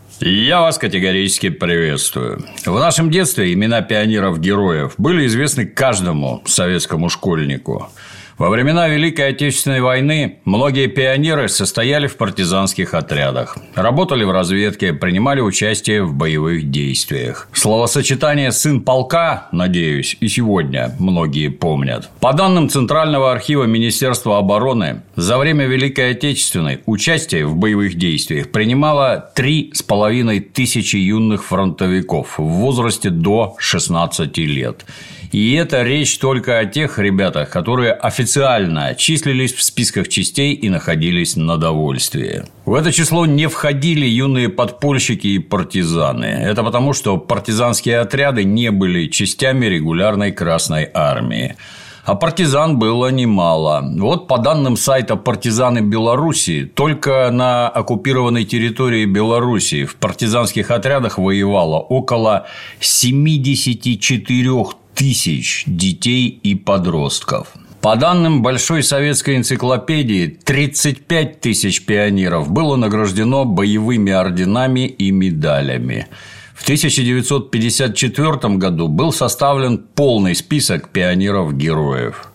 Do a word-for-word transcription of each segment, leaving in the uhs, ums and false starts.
Я вас категорически приветствую. В нашем детстве имена пионеров-героев были известны каждому советскому школьнику. Во времена Великой Отечественной войны многие пионеры состояли в партизанских отрядах, работали в разведке, принимали участие в боевых действиях. Словосочетание «сын полка», надеюсь, и сегодня многие помнят. По данным Центрального архива Министерства обороны, за время Великой Отечественной участие в боевых действиях принимало три с половиной тысячи юных фронтовиков в возрасте до шестнадцати лет. И это речь только о тех ребятах, которые официально числились в списках частей и находились на довольствии. В это число не входили юные подпольщики и партизаны. Это потому, что партизанские отряды не были частями регулярной Красной армии. А партизан было немало. Вот по данным сайта «Партизаны Белоруссии», только на оккупированной территории Белоруссии в партизанских отрядах воевало около семидесяти четырёх тысяч детей и подростков. По данным Большой советской энциклопедии, тридцать пять тысяч пионеров было награждено боевыми орденами и медалями. В тысяча девятьсот пятьдесят четвёртом году был составлен полный список пионеров-героев.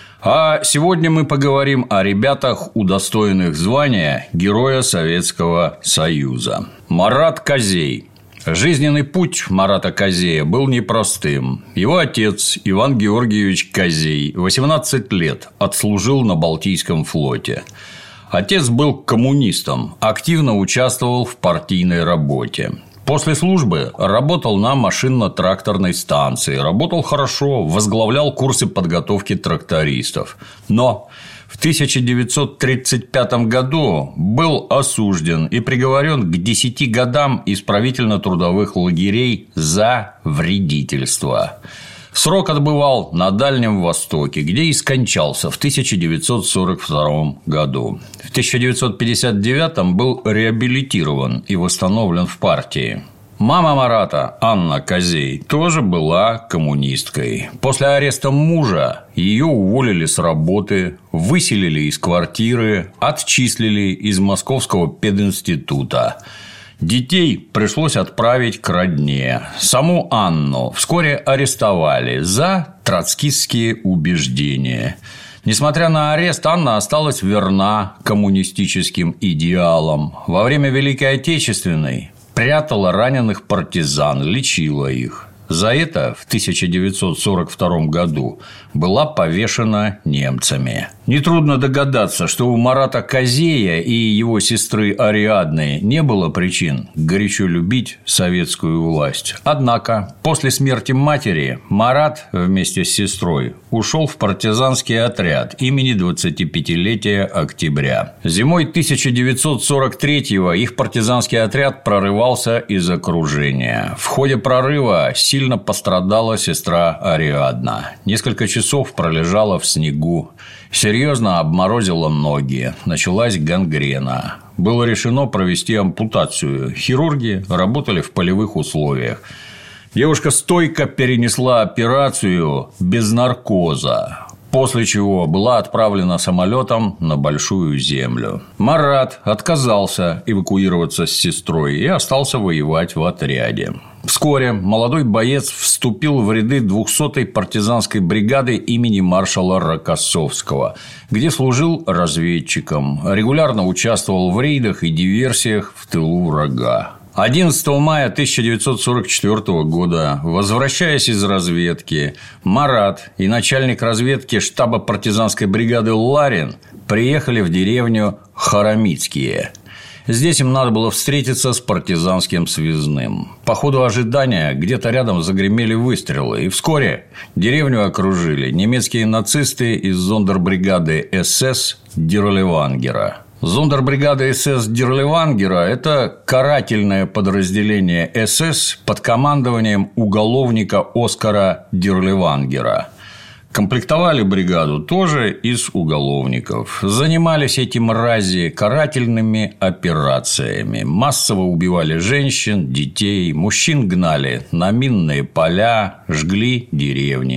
А сегодня мы поговорим о ребятах, удостоенных звания Героя Советского Союза. Марат Козей. Жизненный путь Марата Козея был непростым. Его отец Иван Георгиевич Козей восемнадцать лет отслужил на Балтийском флоте. Отец был коммунистом, активно участвовал в партийной работе. После службы работал на машинно-тракторной станции, работал хорошо, возглавлял курсы подготовки трактористов. Но в тысяча девятьсот тридцать пятом году был осужден и приговорен к десяти годам исправительно-трудовых лагерей за вредительство. Срок отбывал на Дальнем Востоке, где и скончался в тысяча девятьсот сорок втором году. В тысяча девятьсот пятьдесят девятом был реабилитирован и восстановлен в партии. Мама Марата, Анна Козей, тоже была коммунисткой. После ареста мужа ее уволили с работы, выселили из квартиры, отчислили из Московского пединститута. Детей пришлось отправить к родне. Саму Анну вскоре арестовали за троцкистские убеждения. Несмотря на арест, Анна осталась верна коммунистическим идеалам. Во время Великой Отечественной прятала раненых партизан, лечила их. За это в тысяча девятьсот сорок втором году была повешена немцами. Нетрудно догадаться, что у Марата Козея и его сестры Ариадны не было причин горячо любить советскую власть. Однако после смерти матери Марат вместе с сестрой ушел в партизанский отряд имени двадцатипятилетия Октября. Зимой тысяча девятьсот сорок третьего их партизанский отряд прорывался из окружения. В ходе прорыва сильно Сильно пострадала сестра Ариадна. Несколько часов пролежала в снегу. Серьезно обморозила ноги. Началась гангрена. Было решено провести ампутацию. Хирурги работали в полевых условиях. Девушка стойко перенесла операцию без наркоза, после чего была отправлена самолетом на Большую Землю. Марат отказался эвакуироваться с сестрой и остался воевать в отряде. Вскоре молодой боец вступил в ряды двухсотой партизанской бригады имени маршала Рокоссовского, где служил разведчиком, регулярно участвовал в рейдах и диверсиях в тылу врага. одиннадцатого мая тысяча девятьсот сорок четвёртого года, возвращаясь из разведки, Марат и начальник разведки штаба партизанской бригады Ларин приехали в деревню Харамицкие. Здесь им надо было встретиться с партизанским связным. По ходу ожидания где-то рядом загремели выстрелы, и вскоре деревню окружили немецкие нацисты из зондербригады СС Дирлевангера. Зондербригада СС Дирлевангера – это карательное подразделение СС под командованием уголовника Оскара Дирлевангера. Комплектовали бригаду тоже из уголовников. Занимались эти мрази карательными операциями. Массово убивали женщин, детей, мужчин гнали на минные поля, жгли деревни.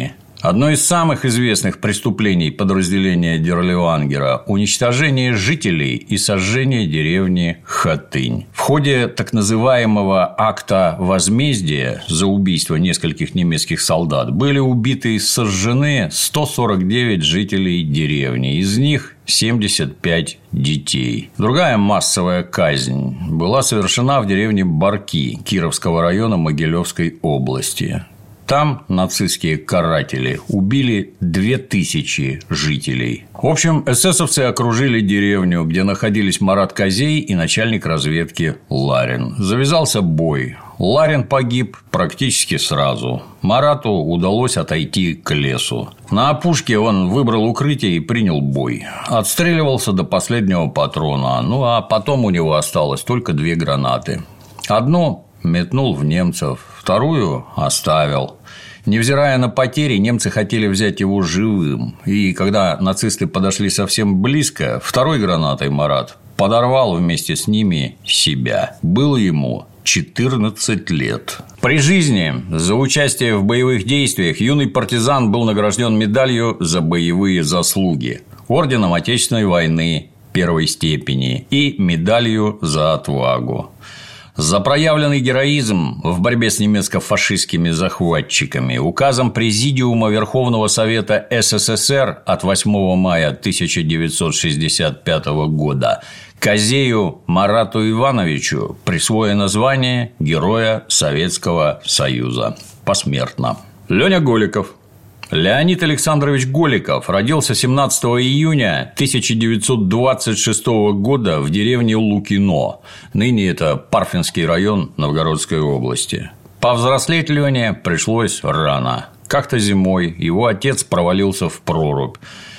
Одно из самых известных преступлений подразделения Дерливангера – уничтожение жителей и сожжение деревни Хатынь. В ходе так называемого акта возмездия за убийство нескольких немецких солдат были убиты и сожжены сто сорок девять жителей деревни, из них семьдесят пять детей. Другая массовая казнь была совершена в деревне Барки Кировского района Могилевской области. Там нацистские каратели убили две тысячи жителей. В общем, эсэсовцы окружили деревню, где находились Марат Козей и начальник разведки Ларин. Завязался бой. Ларин погиб практически сразу. Марату удалось отойти к лесу. На опушке он выбрал укрытие и принял бой. Отстреливался до последнего патрона. Ну, а потом у него осталось только две гранаты. Одну метнул в немцев, вторую оставил. Невзирая на потери, немцы хотели взять его живым. И когда нацисты подошли совсем близко, второй гранатой Марат подорвал вместе с ними себя. Было ему четырнадцать лет. При жизни за участие в боевых действиях юный партизан был награжден медалью за боевые заслуги, орденом Отечественной войны первой степени и медалью за отвагу. За проявленный героизм в борьбе с немецко-фашистскими захватчиками указом Президиума Верховного Совета СССР от восьмого мая тысяча девятьсот шестьдесят пятого года Козею Марату Ивановичу присвоено звание Героя Советского Союза посмертно. Леня Голиков. Леонид Александрович Голиков родился семнадцатого июня тысяча девятьсот двадцать шестого года в деревне Лукино, ныне это Парфинский район Новгородской области. Повзрослеть Лене пришлось рано. Как-то зимой его отец провалился в прорубь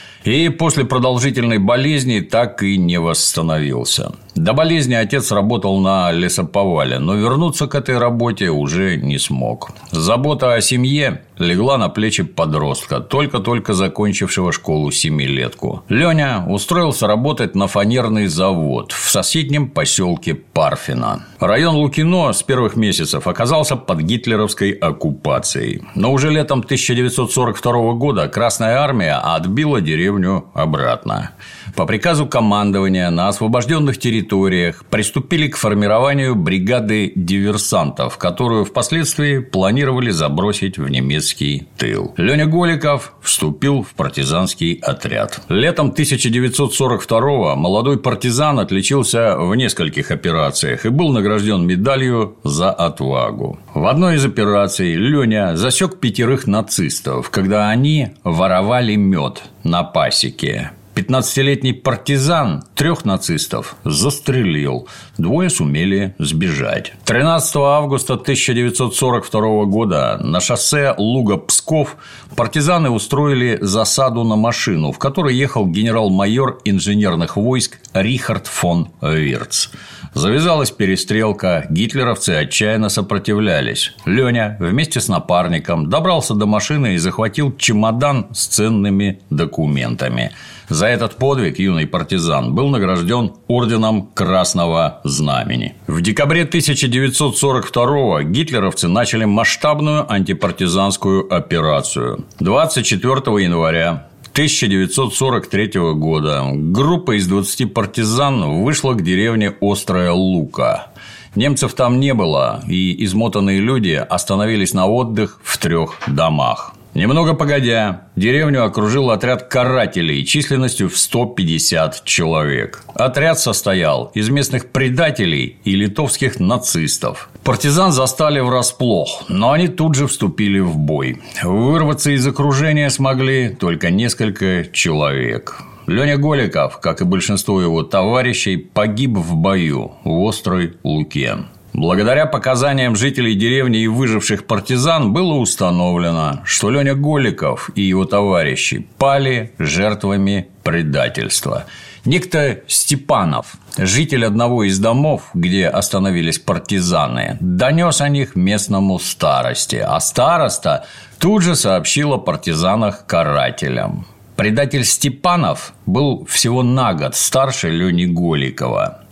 и после продолжительной болезни так и не восстановился. До болезни отец работал на лесоповале, но вернуться к этой работе уже не смог. Забота о семье легла на плечи подростка, только-только закончившего школу семилетку. Леня устроился работать на фанерный завод в соседнем поселке Парфино. Район Лукино с первых месяцев оказался под гитлеровской оккупацией. Но уже летом тысяча девятьсот сорок второго года Красная армия отбила деревню обратно. По приказу командования на освобожденных территориях приступили к формированию бригады диверсантов, которую впоследствии планировали забросить в немецкий тыл. Леня Голиков вступил в партизанский отряд. Летом тысяча девятьсот сорок второго молодой партизан отличился в нескольких операциях и был награжден медалью за отвагу. В одной из операций Леня засек пятерых нацистов, когда они воровали мед на пасеке. пятнадцатилетний партизан трех нацистов застрелил, двое сумели сбежать. тринадцатого августа тысяча девятьсот сорок второго года на шоссе Луга-Псков партизаны устроили засаду на машину, в которой ехал генерал-майор инженерных войск Рихард фон Вирц. Завязалась перестрелка, гитлеровцы отчаянно сопротивлялись. Леня вместе с напарником добрался до машины и захватил чемодан с ценными документами. За этот подвиг юный партизан был награжден орденом Красного Знамени. В декабре тысяча девятьсот сорок второго гитлеровцы начали масштабную антипартизанскую операцию. двадцать четвёртого января тысяча девятьсот сорок третьего года группа из двадцати партизан вышла к деревне Острая Лука. Немцев там не было, и измотанные люди остановились на отдых в трех домах. Немного погодя, деревню окружил отряд карателей численностью в сто пятьдесят человек. Отряд состоял из местных предателей и литовских нацистов. Партизан застали врасплох, но они тут же вступили в бой. Вырваться из окружения смогли только несколько человек. Леня Голиков, как и большинство его товарищей, погиб в бою в Острой Луке. Благодаря показаниям жителей деревни и выживших партизан было установлено, что Леня Голиков и его товарищи пали жертвами предательства. Некто Степанов, житель одного из домов, где остановились партизаны, донес о них местному старости, а староста тут же сообщил о партизанах карателям. Предатель Степанов был всего на год старше Лени Голикова.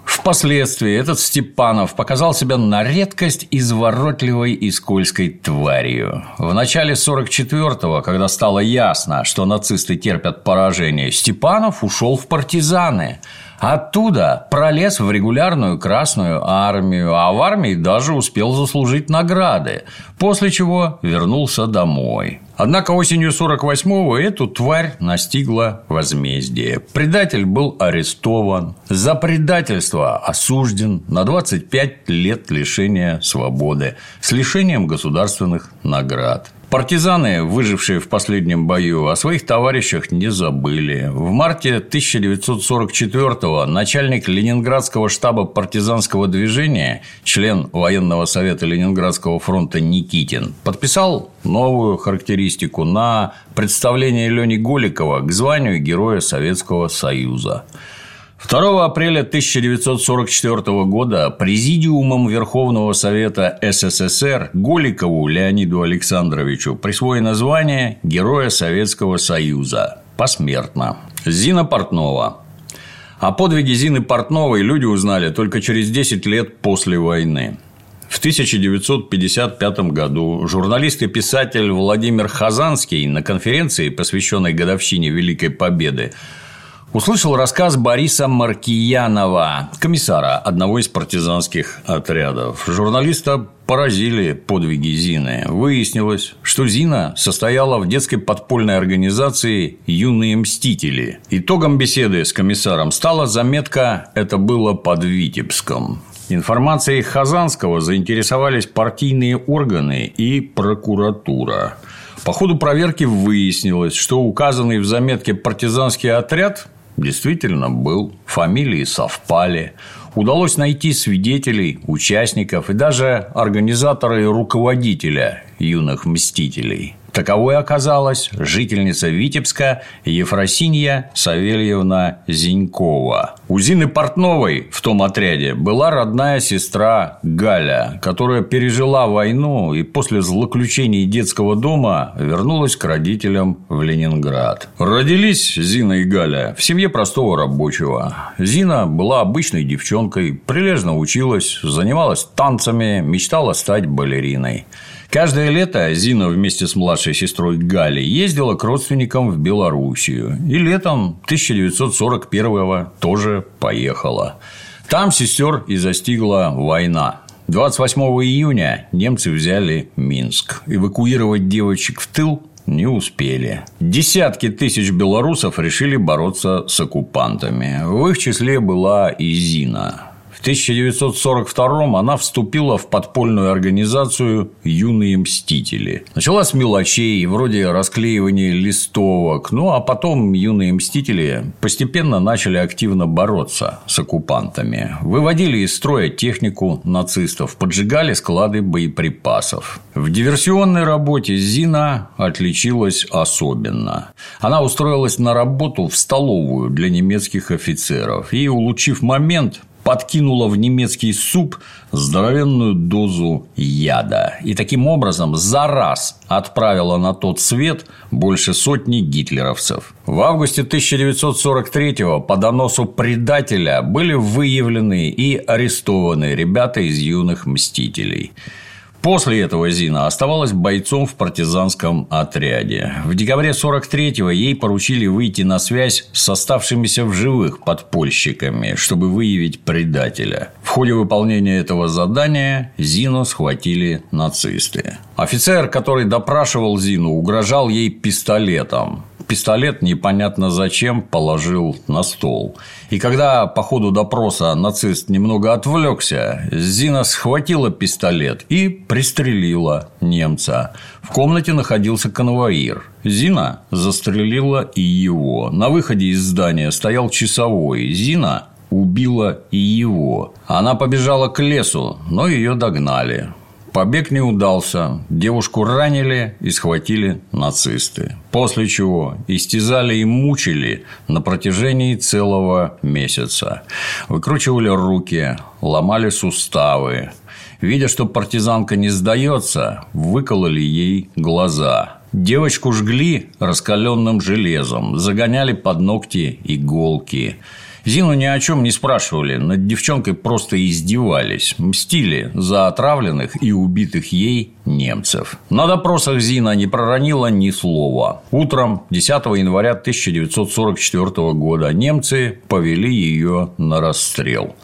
Впоследствии этот Степанов показал себя на редкость изворотливой и скользкой тварью. В начале сорок четвёртого, когда стало ясно, что нацисты терпят поражение, Степанов ушел в партизаны. Оттуда пролез в регулярную Красную армию, а в армии даже успел заслужить награды, после чего вернулся домой. Однако осенью сорок восьмого эту тварь настигла возмездие. Предатель был арестован, за предательство осужден на двадцать пять лет лишения свободы с лишением государственных наград. Партизаны, выжившие в последнем бою, о своих товарищах не забыли. В марте тысяча девятьсот сорок четвёртого начальник Ленинградского штаба партизанского движения, член военного совета Ленинградского фронта Никитин, подписал новую характеристику на представление Лени Голикова к званию Героя Советского Союза. второго апреля тысяча девятьсот сорок четвёртого года Президиумом Верховного Совета СССР Голикову Леониду Александровичу присвоено звание Героя Советского Союза посмертно. Зина Портнова. О подвиге Зины Портновой люди узнали только через десять лет после войны. В тысяча девятьсот пятьдесят пятом году журналист и писатель Владимир Хазанский на конференции, посвященной годовщине Великой Победы, услышал рассказ Бориса Маркиянова, комиссара одного из партизанских отрядов. Журналиста поразили подвиги Зины. Выяснилось, что Зина состояла в детской подпольной организации «Юные мстители». Итогом беседы с комиссаром стала заметка «Это было под Витебском». Информацией Хазанского заинтересовались партийные органы и прокуратура. По ходу проверки выяснилось, что указанный в заметке партизанский отряд действительно был, фамилии совпали. Удалось найти свидетелей, участников и даже организатора и руководителя «Юных мстителей». Таковой оказалась жительница Витебска Ефросинья Савельевна Зинькова. У Зины Портновой в том отряде была родная сестра Галя, которая пережила войну и после злоключений детского дома вернулась к родителям в Ленинград. Родились Зина и Галя в семье простого рабочего. Зина была обычной девчонкой, прилежно училась, занималась танцами, мечтала стать балериной. Каждое лето Зина вместе с младшей сестрой Галей ездила к родственникам в Белоруссию. И летом тысяча девятьсот сорок первого тоже поехала. Там сестер и застигла война. двадцать восьмого июня немцы взяли Минск. Эвакуировать девочек в тыл не успели. Десятки тысяч белорусов решили бороться с оккупантами. В их числе была и Зина. В тысяча девятьсот сорок втором она вступила в подпольную организацию «Юные мстители». Начала с мелочей, вроде расклеивания листовок, ну а потом «Юные мстители» постепенно начали активно бороться с оккупантами. Выводили из строя технику нацистов, поджигали склады боеприпасов. В диверсионной работе Зина отличилась особенно. Она устроилась на работу в столовую для немецких офицеров и, улучив момент, подкинула в немецкий суп здоровенную дозу яда и таким образом за раз отправила на тот свет больше сотни гитлеровцев. В августе тысяча девятьсот сорок третьего по доносу предателя были выявлены и арестованы ребята из «Юных мстителей». После этого Зина оставалась бойцом в партизанском отряде. В декабре сорок третьего ей поручили выйти на связь с оставшимися в живых подпольщиками, чтобы выявить предателя. В ходе выполнения этого задания Зину схватили нацисты. Офицер, который допрашивал Зину, угрожал ей пистолетом. Пистолет непонятно зачем положил на стол. И когда по ходу допроса нацист немного отвлекся, Зина схватила пистолет и пристрелила немца. В комнате находился конвоир. Зина застрелила и его. На выходе из здания стоял часовой. Зина убила и его. Она побежала к лесу, но ее догнали. Побег не удался, девушку ранили и схватили нацисты. После чего истязали и мучили на протяжении целого месяца. Выкручивали руки, ломали суставы. Видя, что партизанка не сдается, выкололи ей глаза. Девочку жгли раскаленным железом, загоняли под ногти иголки. Зину ни о чем не спрашивали, над девчонкой просто издевались, мстили за отравленных и убитых ей немцев. На допросах Зина не проронила ни слова. Утром десятого января тысяча девятьсот сорок четвёртого года немцы повели ее на расстрел.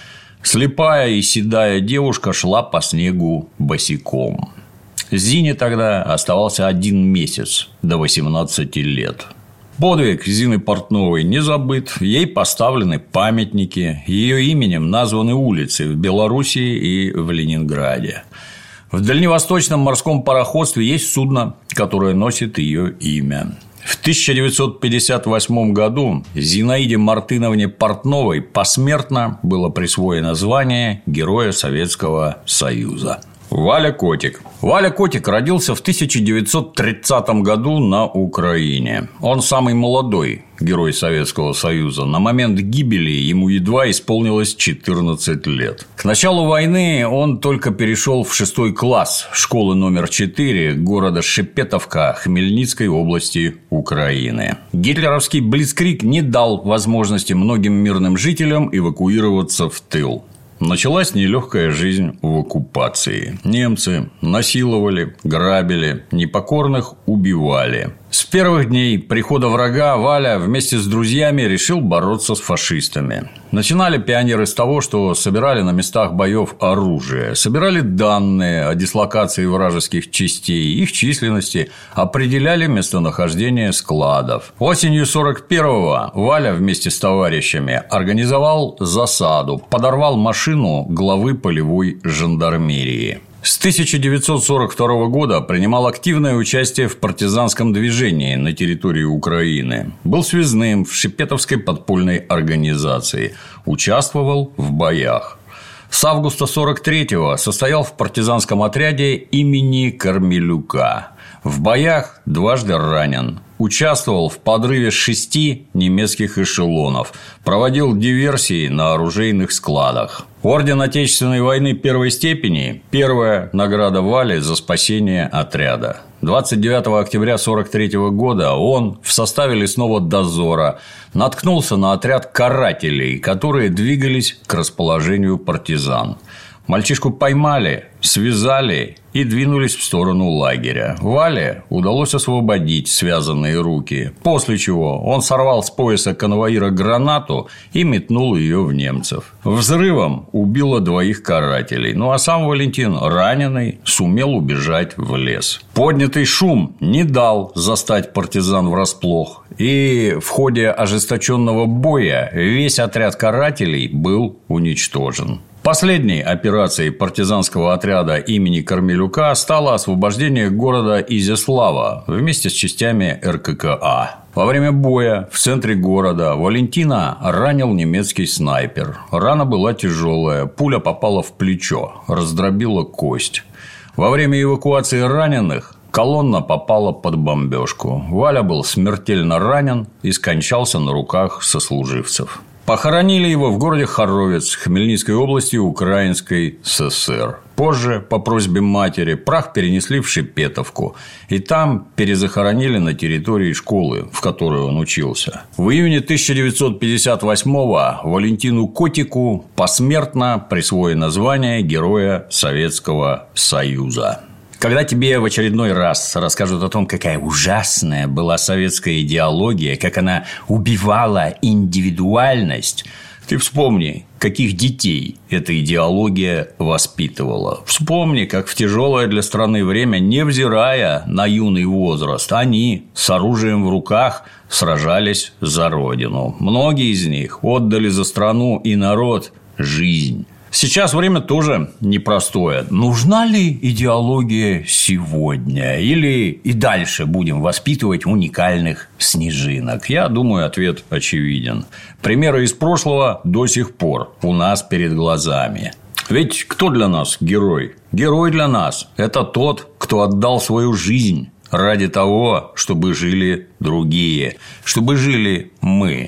Слепая и седая девушка шла по снегу босиком. Зине тогда оставался один месяц до восемнадцати лет. Подвиг Зины Портновой не забыт, ей поставлены памятники, ее именем названы улицы в Белоруссии и в Ленинграде. В дальневосточном морском пароходстве есть судно, которое носит ее имя. В тысяча девятьсот пятьдесят восьмом году Зинаиде Мартыновне Портновой посмертно было присвоено звание Героя Советского Союза. Валя Котик. Валя Котик родился в тысяча девятьсот тридцатом году на Украине. Он самый молодой герой Советского Союза. На момент гибели ему едва исполнилось четырнадцать лет. К началу войны он только перешел в шестой класс школы номер четыре города Шепетовка Хмельницкой области Украины. Гитлеровский блицкриг не дал возможности многим мирным жителям эвакуироваться в тыл. Началась нелегкая жизнь в оккупации. Немцы насиловали, грабили, непокорных убивали. С первых дней прихода врага Валя вместе с друзьями решил бороться с фашистами. Начинали пионеры с того, что собирали на местах боев оружие, собирали данные о дислокации вражеских частей, их численности, определяли местонахождение складов. Осенью сорок первого Валя вместе с товарищами организовал засаду, подорвал машину главы полевой жандармерии. С тысяча девятьсот сорок второго года принимал активное участие в партизанском движении на территории Украины. Был связным в Шепетовской подпольной организации. Участвовал в боях. С августа сорок третьего состоял в партизанском отряде имени Кормелюка. В боях дважды ранен. Участвовал в подрыве шести немецких эшелонов. Проводил диверсии на оружейных складах. Орден Отечественной войны первой степени – первая награда Вали за спасение отряда. двадцать девятого октября сорок третьего года он в составе лесного дозора наткнулся на отряд карателей, которые двигались к расположению партизан. Мальчишку поймали, связали и двинулись в сторону лагеря. Вале удалось освободить связанные руки, после чего он сорвал с пояса конвоира гранату и метнул ее в немцев. Взрывом убило двоих карателей, ну а сам Валентин, раненый, сумел убежать в лес. Поднятый шум не дал застать партизан врасплох, и в ходе ожесточенного боя весь отряд карателей был уничтожен. Последней операцией партизанского отряда имени Кормелюка стало освобождение города Изяслава вместе с частями эр ка ка а. Во время боя в центре города Валентина ранил немецкий снайпер. Рана была тяжелая, пуля попала в плечо, раздробила кость. Во время эвакуации раненых колонна попала под бомбежку. Валя был смертельно ранен и скончался на руках сослуживцев. Похоронили его в городе Хоровец Хмельницкой области Украинской эс эс эр. Позже, по просьбе матери, прах перенесли в Шепетовку, и там перезахоронили на территории школы, в которой он учился. В июне тысяча девятьсот пятьдесят восьмого Валентину Котику посмертно присвоено звание Героя Советского Союза. Когда тебе в очередной раз расскажут о том, какая ужасная была советская идеология, как она убивала индивидуальность, ты вспомни, каких детей эта идеология воспитывала. Вспомни, как в тяжелое для страны время, невзирая на юный возраст, они с оружием в руках сражались за родину. Многие из них отдали за страну и народ жизнь. Сейчас время тоже непростое. Нужна ли идеология сегодня? Или и дальше будем воспитывать уникальных снежинок? Я думаю, ответ очевиден. Примеры из прошлого до сих пор у нас перед глазами. Ведь кто для нас герой? Герой для нас – это тот, кто отдал свою жизнь ради того, чтобы жили другие, чтобы жили мы.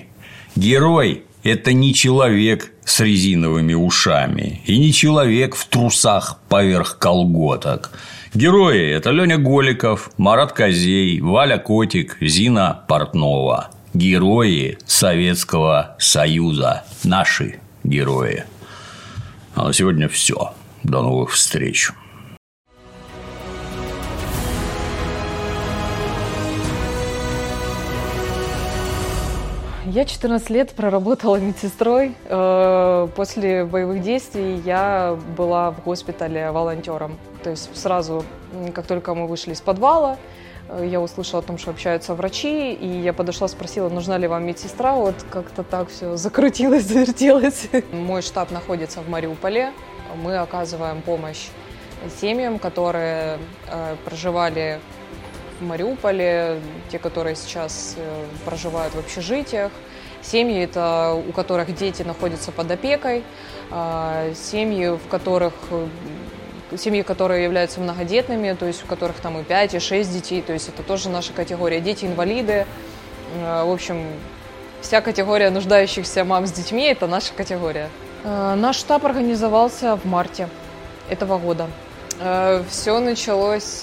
Герой – это не человек с резиновыми ушами и не человек в трусах поверх колготок. Герои – это Леня Голиков, Марат Козей, Валя Котик, Зина Портнова. герои Советского Союза. Наши герои. А на сегодня все. До новых встреч. Я четырнадцать лет проработала медсестрой. После боевых действий я была в госпитале волонтером. То есть сразу, как только мы вышли из подвала, я услышала о том, что общаются врачи, и я подошла, спросила, нужна ли вам медсестра. Вот как-то так все закрутилось, завертелось. Мой штаб находится в Мариуполе. Мы оказываем помощь семьям, которые проживали в Мариуполе, те, которые сейчас проживают в общежитиях. Семьи, это, у которых дети находятся под опекой, семьи, в которых, семьи, которые являются многодетными, то есть у которых там и пять, и шесть детей, то есть это тоже наша категория. Дети-инвалиды, в общем, вся категория нуждающихся мам с детьми – это наша категория. Наш штаб организовался в марте этого года. Все началось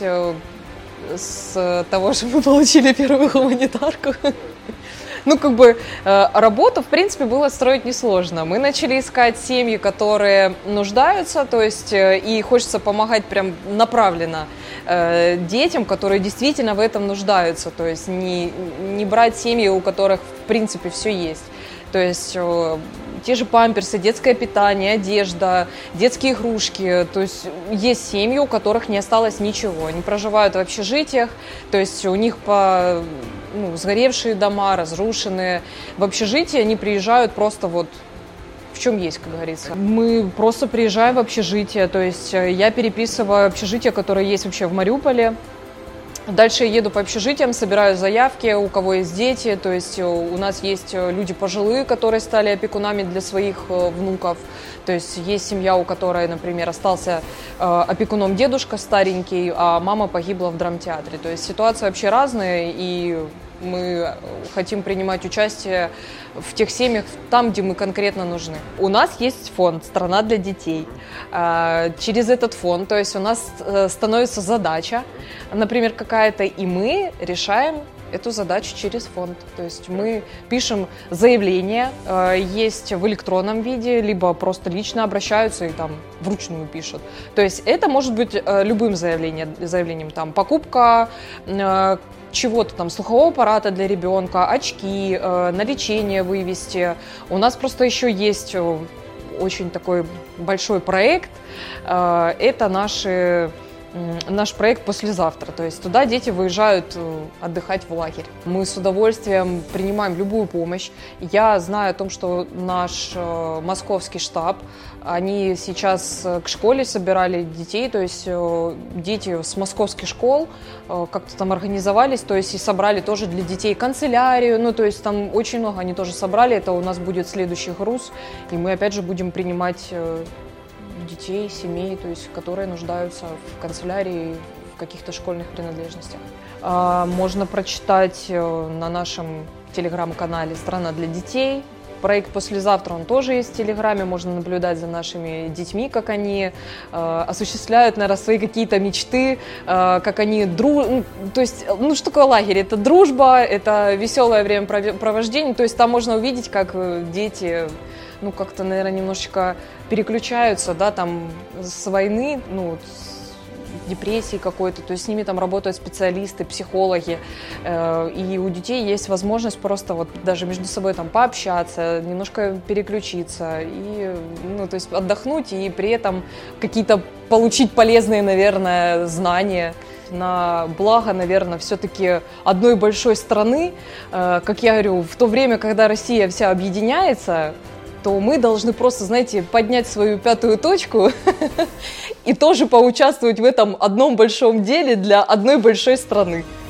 с того, что мы получили первую гуманитарку. Ну, как бы, работу, в принципе, было строить несложно. Мы начали искать семьи, которые нуждаются, то есть, и хочется помогать прям направленно детям, которые действительно в этом нуждаются, то есть не, не брать семьи, у которых, в принципе, все есть. То есть те же памперсы, детское питание, одежда, детские игрушки. То есть есть семьи, у которых не осталось ничего. Они проживают в общежитиях, то есть у них по, ну, сгоревшие дома, разрушенные. В общежитие они приезжают просто вот в чем есть, как говорится. Мы просто приезжаем в общежитие, то есть я переписываю общежитие, которое есть вообще в Мариуполе. Дальше я еду по общежитиям, собираю заявки, у кого есть дети, то есть у нас есть люди пожилые, которые стали опекунами для своих внуков, то есть есть семья, у которой, например, остался опекуном дедушка старенький, а мама погибла в драмтеатре, то есть ситуация вообще разная, и мы хотим принимать участие в тех семьях, там, где мы конкретно нужны. У нас есть фонд «Страна для детей». Через этот фонд, то есть у нас становится задача, например, какая-то, и мы решаем эту задачу через фонд. То есть мы пишем заявление, есть в электронном виде, либо просто лично обращаются и там вручную пишут. То есть это может быть любым заявлением, заявлением там покупка чего-то там, слухового аппарата для ребенка, очки, э, на лечение вывести. У нас просто еще есть очень такой большой проект. Э, это наши, э, наш проект «Послезавтра». То есть туда дети выезжают э, отдыхать в лагерь. Мы с удовольствием принимаем любую помощь. Я знаю о том, что наш э, московский штаб, они сейчас к школе собирали детей, то есть дети с московских школ как-то там организовались, то есть и собрали тоже для детей канцелярию, ну то есть там очень много они тоже собрали, это у нас будет следующий груз, и мы опять же будем принимать детей, семей, то есть которые нуждаются в канцелярии, в каких-то школьных принадлежностях. Можно прочитать на нашем телеграм-канале «Страна для детей». Проект «Послезавтра», он тоже есть в Телеграме, можно наблюдать за нашими детьми, как они э, осуществляют, наверное, свои какие-то мечты, э, как они дружат. Ну, то есть, ну что такое лагерь? Это дружба, это веселое времяпровождение, то есть там можно увидеть, как дети, ну как-то, наверное, немножечко переключаются, да, там с войны, ну, депрессии какой-то, то есть с ними там работают специалисты, психологи, и у детей есть возможность просто вот даже между собой там пообщаться, немножко переключиться, и, ну, то есть отдохнуть и при этом какие-то получить полезные, наверное, знания. На благо, наверное, все-таки одной большой страны, как я говорю, в то время, когда Россия вся объединяется, то мы должны просто, знаете, поднять свою пятую точку и тоже поучаствовать в этом одном большом деле для одной большой страны.